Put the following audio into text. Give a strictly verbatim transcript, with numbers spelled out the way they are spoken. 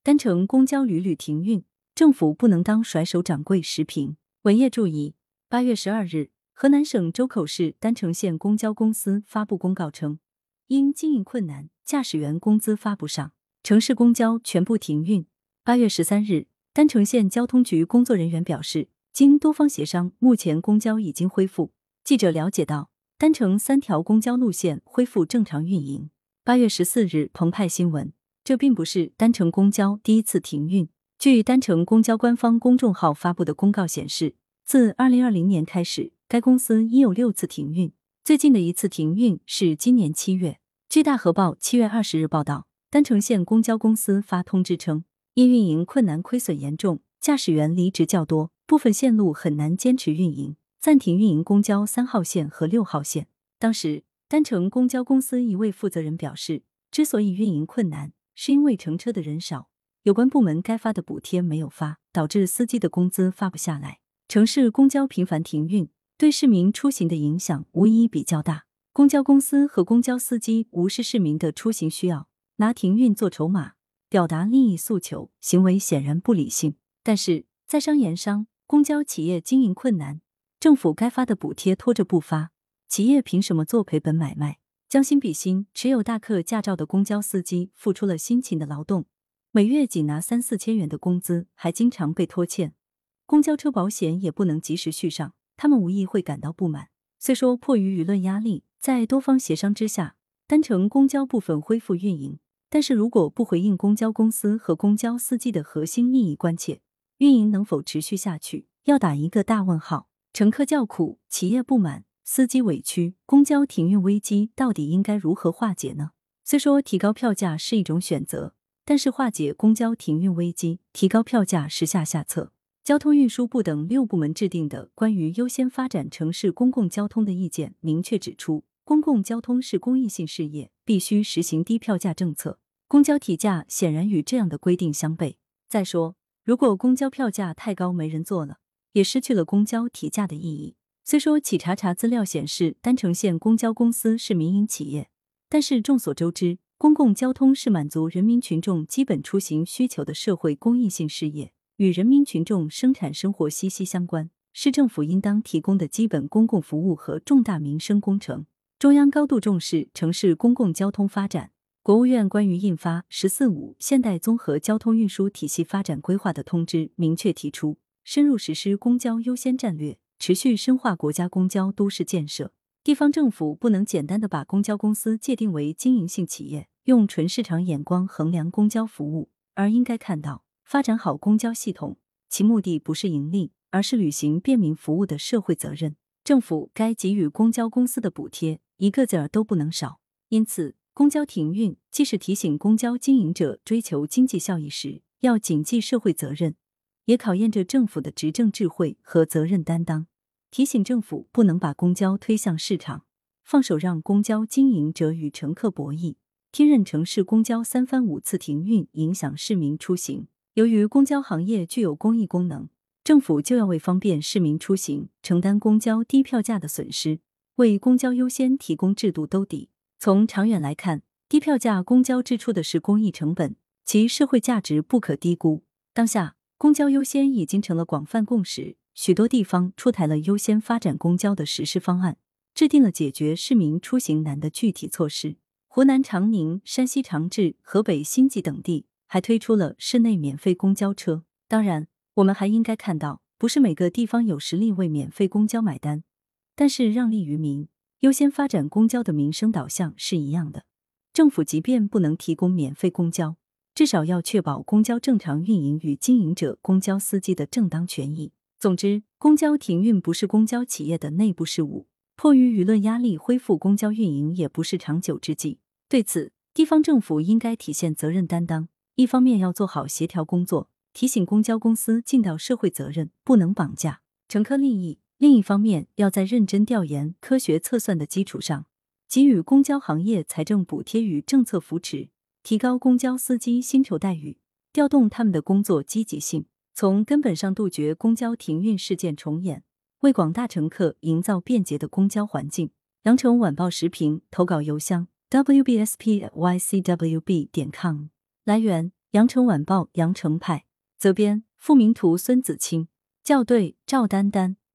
单程公交屡屡停运，政府不能当甩手掌柜时评。文页注意，八月十二日，河南省周口市单程线公交公司发布公告称，因经营困难，驾驶员工资发不上，城市公交全部停运。八月十三日，单程线交通局工作人员表示，经多方协商，目前公交已经恢复。记者了解到，单程三条公交路线恢复正常运营。八月十四日，澎湃新闻，这并不是单程公交第一次停运。据单程公交官方公众号发布的公告显示，自二零二零年开始，该公司已有六次停运，最近的一次停运是今年七月。据大河报七月二十日报道，单程线公交公司发通知称，因运营困难亏损严重，驾驶员离职较多，部分线路很难坚持运营，暂停运营公交三号线和六号线。当时，单程公交公司一位负责人表示，之所以运营困难，是因为乘车的人少，有关部门该发的补贴没有发，导致司机的工资发不下来。城市公交频繁停运，对市民出行的影响无疑比较大。公交公司和公交司机无视市民的出行需要，拿停运做筹码，表达利益诉求，行为显然不理性。但是，在商言商，公交企业经营困难，政府该发的补贴拖着不发，企业凭什么做赔本买卖？将心比心，持有大客驾照的公交司机付出了辛勤的劳动，每月仅拿三四千元的工资，还经常被拖欠，公交车保险也不能及时续上，他们无疑会感到不满。虽说迫于舆论压力，在多方协商之下，单程公交部分恢复运营，但是如果不回应公交公司和公交司机的核心利益关切，运营能否持续下去，要打一个大问号。乘客叫苦，企业不满，司机委屈，公交停运危机到底应该如何化解呢？虽说提高票价是一种选择，但是化解公交停运危机，提高票价是下下策。交通运输部等六部门制定的关于优先发展城市公共交通的意见明确指出，公共交通是公益性事业，必须实行低票价政策。公交提价显然与这样的规定相悖。再说，如果公交票价太高没人坐了，也失去了公交提价的意义。虽说企查查资料显示单程线公交公司是民营企业，但是众所周知，公共交通是满足人民群众基本出行需求的社会公益性事业，与人民群众生产生活息息相关，是政府应当提供的基本公共服务和重大民生工程。中央高度重视城市公共交通发展，国务院关于印发《十四五现代综合交通运输体系发展规划》的通知明确提出，深入实施公交优先战略，持续深化国家公交都市建设。地方政府不能简单地把公交公司界定为经营性企业，用纯市场眼光衡量公交服务，而应该看到，发展好公交系统，其目的不是盈利，而是履行便民服务的社会责任。政府该给予公交公司的补贴，一个子儿都不能少。因此，公交停运既是提醒公交经营者追求经济效益时要谨记社会责任，也考验着政府的执政智慧和责任担当，提醒政府不能把公交推向市场，放手让公交经营者与乘客博弈。听任城市公交三番五次停运，影响市民出行。由于公交行业具有公益功能，政府就要为方便市民出行，承担公交低票价的损失，为公交优先提供制度兜底。从长远来看，低票价公交支出的是公益成本，其社会价值不可低估。当下，公交优先已经成了广泛共识，许多地方出台了优先发展公交的实施方案，制定了解决市民出行难的具体措施。湖南长宁、山西长治、河北辛集等地还推出了市内免费公交车。当然，我们还应该看到，不是每个地方有实力为免费公交买单，但是让利于民，优先发展公交的民生导向是一样的。政府即便不能提供免费公交，至少要确保公交正常运营与经营者公交司机的正当权益。总之，公交停运不是公交企业的内部事务，迫于舆论压力恢复公交运营也不是长久之计。对此，地方政府应该体现责任担当，一方面要做好协调工作，提醒公交公司尽到社会责任，不能绑架乘客利益；另一方面，要在认真调研、科学测算的基础上，给予公交行业财政补贴与政策扶持，提高公交司机薪酬待遇，调动他们的工作积极性，从根本上杜绝公交停运事件重演，为广大乘客营造便捷的公交环境。羊城晚报时评投稿邮箱 w b s p at y c w b 点 com。 来源羊城晚报羊城派责编付明图孙子清校对赵丹丹。